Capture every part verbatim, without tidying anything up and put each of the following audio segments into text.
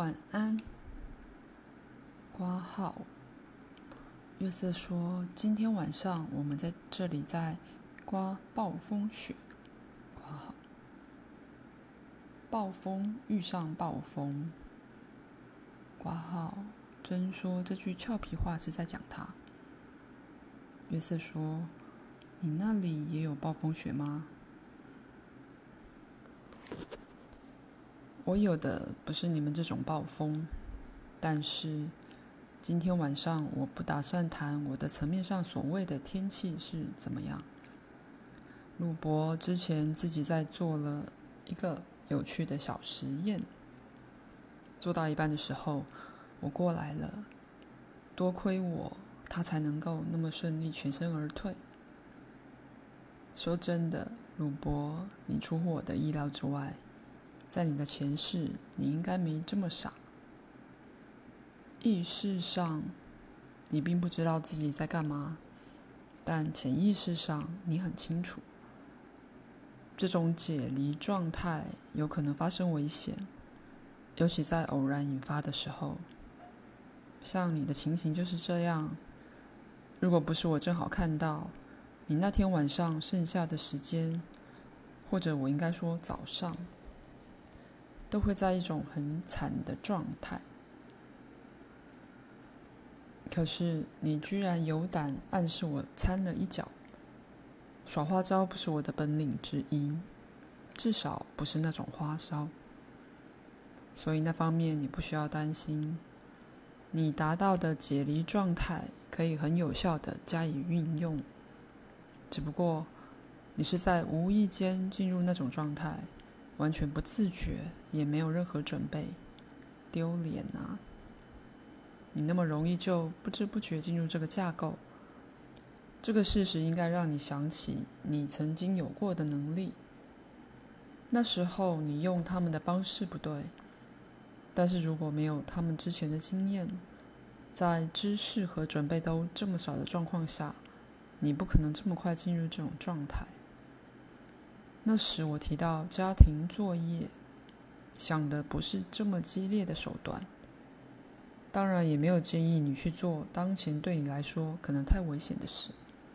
晚安。括号月色说，今天晚上我们在这里在刮暴风雪。括号暴风遇上暴风。括号真说这句俏皮话是在讲他。月色说，你那里也有暴风雪吗？我有的不是你们这种暴风，但是今天晚上我不打算谈我的层面上所谓的天气是怎么样。鲁伯之前自己在做了一个有趣的小实验，做到一半的时候我过来了，多亏我他才能够那么顺利全身而退。说真的，鲁伯，你出乎我的意料之外，在你的前世你应该没这么傻。意识上你并不知道自己在干嘛，但潜意识上你很清楚，这种解离状态有可能发生危险，尤其在偶然引发的时候。像你的情形就是这样，如果不是我正好看到你那天晚上剩下的时间，或者我应该说早上，都会在一种很惨的状态。可是你居然有胆暗示我掺了一脚，耍花招不是我的本领之一，至少不是那种花招，所以那方面你不需要担心。你达到的解离状态可以很有效的加以运用，只不过你是在无意间进入那种状态，完全不自觉，也没有任何准备，丢脸啊！你那么容易就不知不觉进入这个架构，这个事实应该让你想起你曾经有过的能力。那时候你用他们的方式不对，但是如果没有他们之前的经验，在知识和准备都这么少的状况下，你不可能这么快进入这种状态。那时我提到家庭作业，想的不是这么激烈的手段，当然也没有建议你去做当前对你来说可能太危险的事。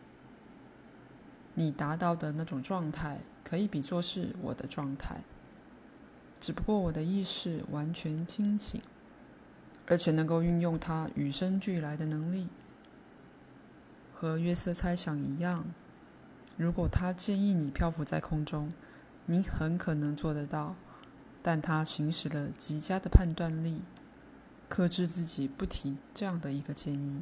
你达到的那种状态可以比作是我的状态，只不过我的意识完全清醒，而且能够运用它与生俱来的能力。和约瑟猜想一样，如果他建议你漂浮在空中，你很可能做得到，但他行使了极佳的判断力，克制自己不提这样的一个建议。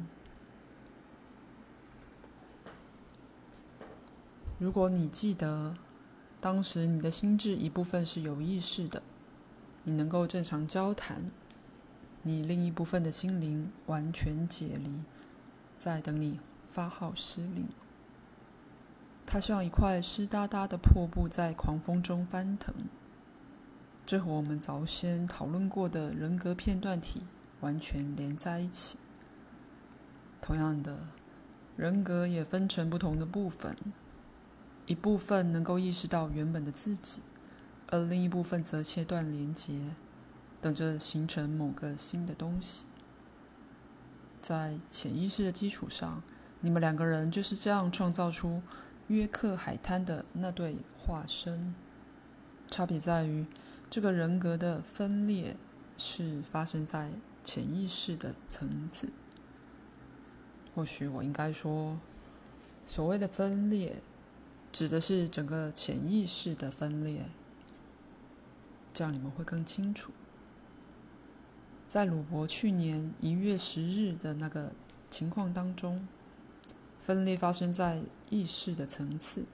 如果你记得，当时你的心智一部分是有意识的，你能够正常交谈，你另一部分的心灵完全解离，在等你发号施令。它像一块湿哒哒的破布在狂风中翻腾，这和我们早先讨论过的人格片段体完全连在一起。同样的，人格也分成不同的部分，一部分能够意识到原本的自己，而另一部分则切断连结，等着形成某个新的东西。在潜意识的基础上，你们两个人就是这样创造出约克海滩的那对化身。差别在于，这个人格的分裂是发生在潜意识的层次。或许我应该说，所谓的分裂指的是整个潜意识的分裂，这样你们会更清楚。在鲁伯去年一月十日的那个情况当中，分裂发生在意识的层次。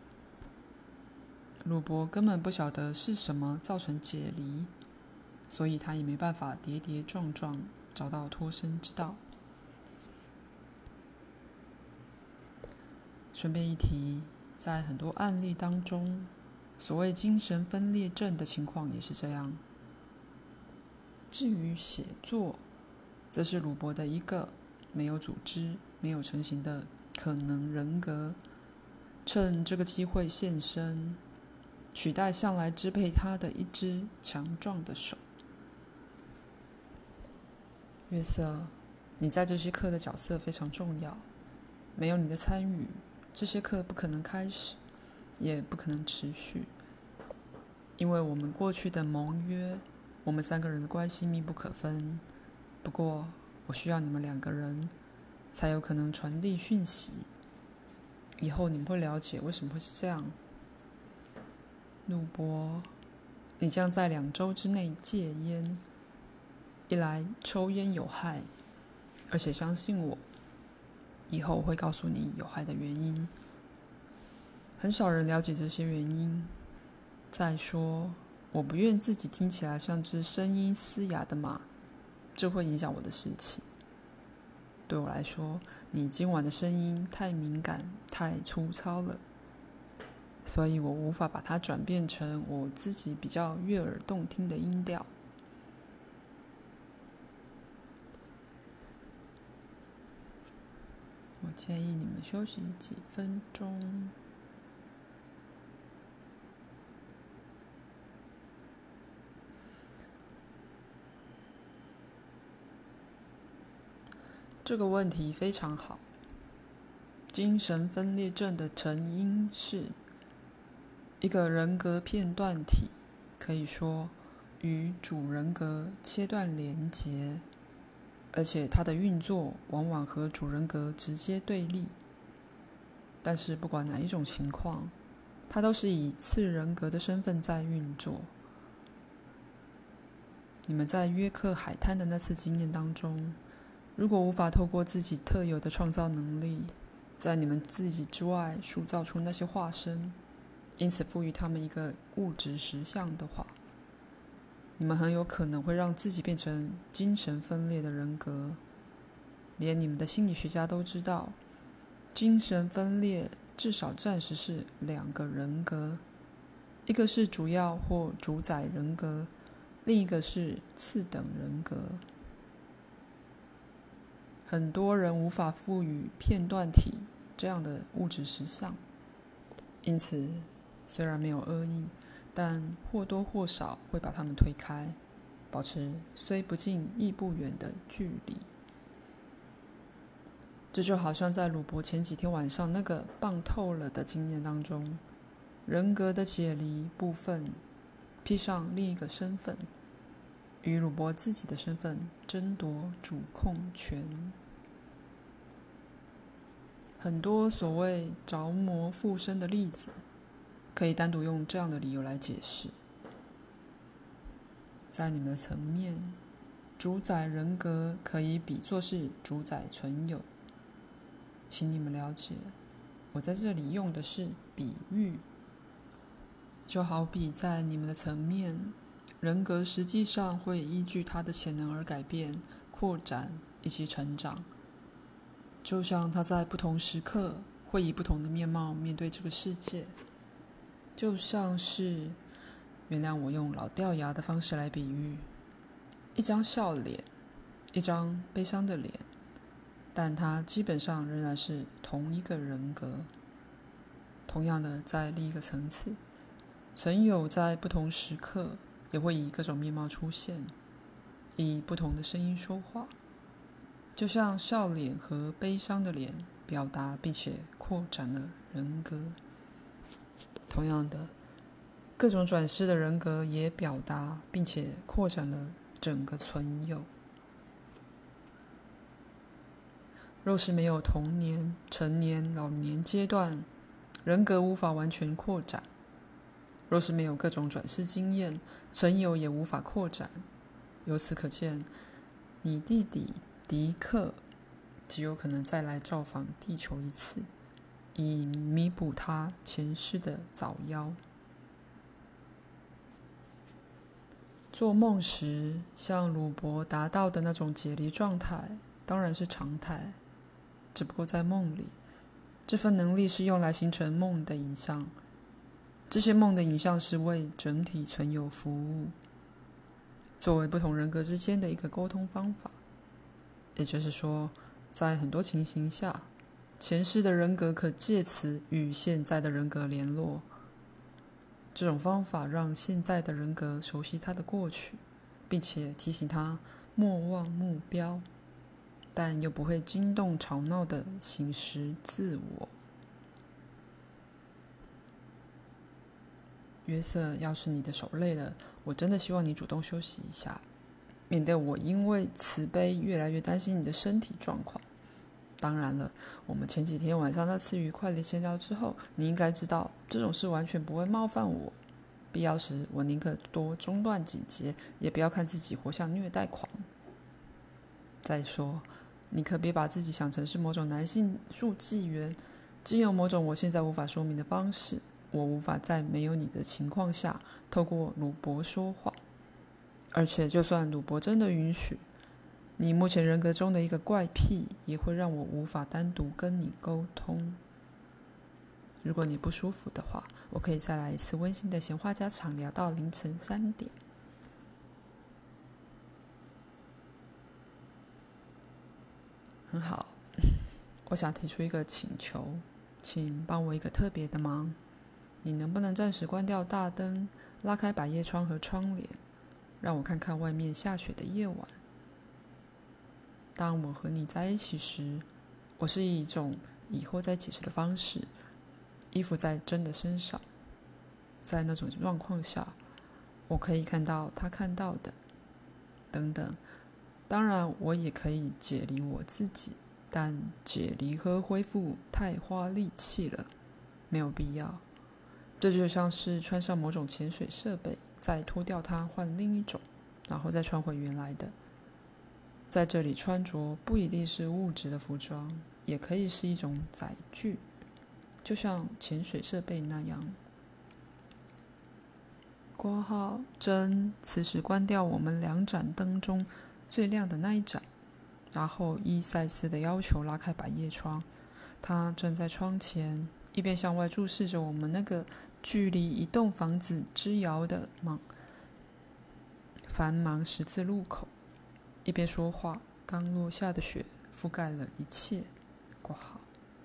鲁伯根本不晓得是什么造成解离，所以他也没办法跌跌撞撞找到脱身之道。顺便一提，在很多案例当中，所谓精神分裂症的情况也是这样。至于写作，则是鲁伯的一个没有组织、没有成型的可能人格，趁这个机会现身，取代向来支配他的一只强壮的手。 月色，你在这些课的角色非常重要，没有你的参与，这些课不可能开始，也不可能持续。因为我们过去的盟约，我们三个人的关系密不可分。不过，我需要你们两个人，才有可能传递讯息。以后你们会了解为什么会是这样。陆波，你将在两周之内戒烟。一来，抽烟有害，而且相信我，以后我会告诉你有害的原因。很少人了解这些原因。再说，我不愿自己听起来像只声音嘶哑的马，这会影响我的士气。对我来说，你今晚的声音太敏感、太粗糙了，所以我无法把它转变成我自己比较悦耳动听的音调。我建议你们休息几分钟。这个问题非常好。精神分裂症的成因是一个人格片段体，可以说与主人格切断连结，而且它的运作往往和主人格直接对立。但是不管哪一种情况，它都是以次人格的身份在运作。你们在约克海滩的那次经验当中，如果无法透过自己特有的创造能力，在你们自己之外塑造出那些化身，因此赋予他们一个物质实相的话，你们很有可能会让自己变成精神分裂的人格。连你们的心理学家都知道，精神分裂至少暂时是两个人格，一个是主要或主宰人格，另一个是次等人格。很多人无法赋予片段体这样的物质实相，因此虽然没有恶意，但或多或少会把它们推开，保持虽不近亦不远的距离。这就好像在鲁伯前几天晚上那个棒透了的经验当中，人格的解离部分披上另一个身份，与鲁伯自己的身份争夺主控权。很多所谓着魔附身的例子，可以单独用这样的理由来解释。在你们的层面，主宰人格可以比作是主宰存有。请你们了解，我在这里用的是比喻。就好比在你们的层面，人格实际上会依据它的潜能而改变、扩展以及成长，就像它在不同时刻会以不同的面貌面对这个世界。就像是，原谅我用老掉牙的方式来比喻，一张笑脸，一张悲伤的脸，但它基本上仍然是同一个人格。同样的，在另一个层次，存有在不同时刻也会以各种面貌出现，以不同的声音说话，就像笑脸和悲伤的脸表达并且扩展了人格。同样的，各种转世的人格也表达并且扩展了整个存有。若是没有童年、成年、老年阶段，人格无法完全扩展；若是没有各种转世经验，存有也无法扩展。由此可见，你弟弟迪克极有可能再来造访地球一次，以弥补他前世的早夭。做梦时，像鲁伯达到的那种解离状态，当然是常态。只不过在梦里，这份能力是用来形成梦的影像。这些梦的影像是为整体存有服务，作为不同人格之间的一个沟通方法。也就是说，在很多情形下，前世的人格可借此与现在的人格联络。这种方法让现在的人格熟悉他的过去，并且提醒他莫忘目标，但又不会惊动吵闹的醒时自我。约瑟，要是你的手累了，我真的希望你主动休息一下，免得我因为慈悲越来越担心你的身体状况。当然了，我们前几天晚上那次愉快的闲聊之后，你应该知道这种事完全不会冒犯我。必要时，我宁可多中断几节，也不要看自己活像虐待狂。再说，你可别把自己想成是某种男性助记员，只有某种我现在无法说明的方式，我无法在没有你的情况下透过鲁伯说话。而且，就算鲁伯真的允许，你目前人格中的一个怪癖也会让我无法单独跟你沟通。如果你不舒服的话，我可以再来一次温馨的闲话家常，聊到凌晨三点。很好，我想提出一个请求，请帮我一个特别的忙。你能不能暂时关掉大灯，拉开百叶窗和窗帘，让我看看外面下雪的夜晚？当我和你在一起时，我是以一种以后再解释的方式，依附在真的身上。在那种状况下，我可以看到他看到的，等等。当然，我也可以解离我自己，但解离和恢复太花力气了，没有必要。这就像是穿上某种潜水设备，再脱掉它换另一种，然后再穿回原来的。在这里穿着不一定是物质的服装，也可以是一种载具，就像潜水设备那样。括号真此时关掉我们两盏灯中最亮的那一盏，然后依赛斯的要求拉开百叶窗。他站在窗前，一边向外注视着我们那个距离一栋房子之遥的忙繁忙十字路口，一边说话。刚落下的雪覆盖了一切。括号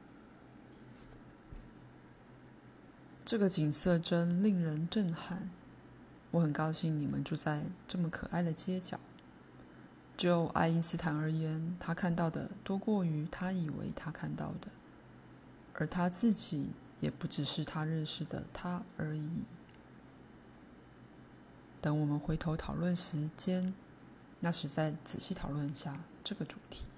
这个景色真令人震撼。我很高兴你们住在这么可爱的街角。就爱因斯坦而言，他看到的多过于他以为他看到的，而他自己也不只是他认识的他而已。等我们回头讨论时间，那时再仔细讨论一下这个主题。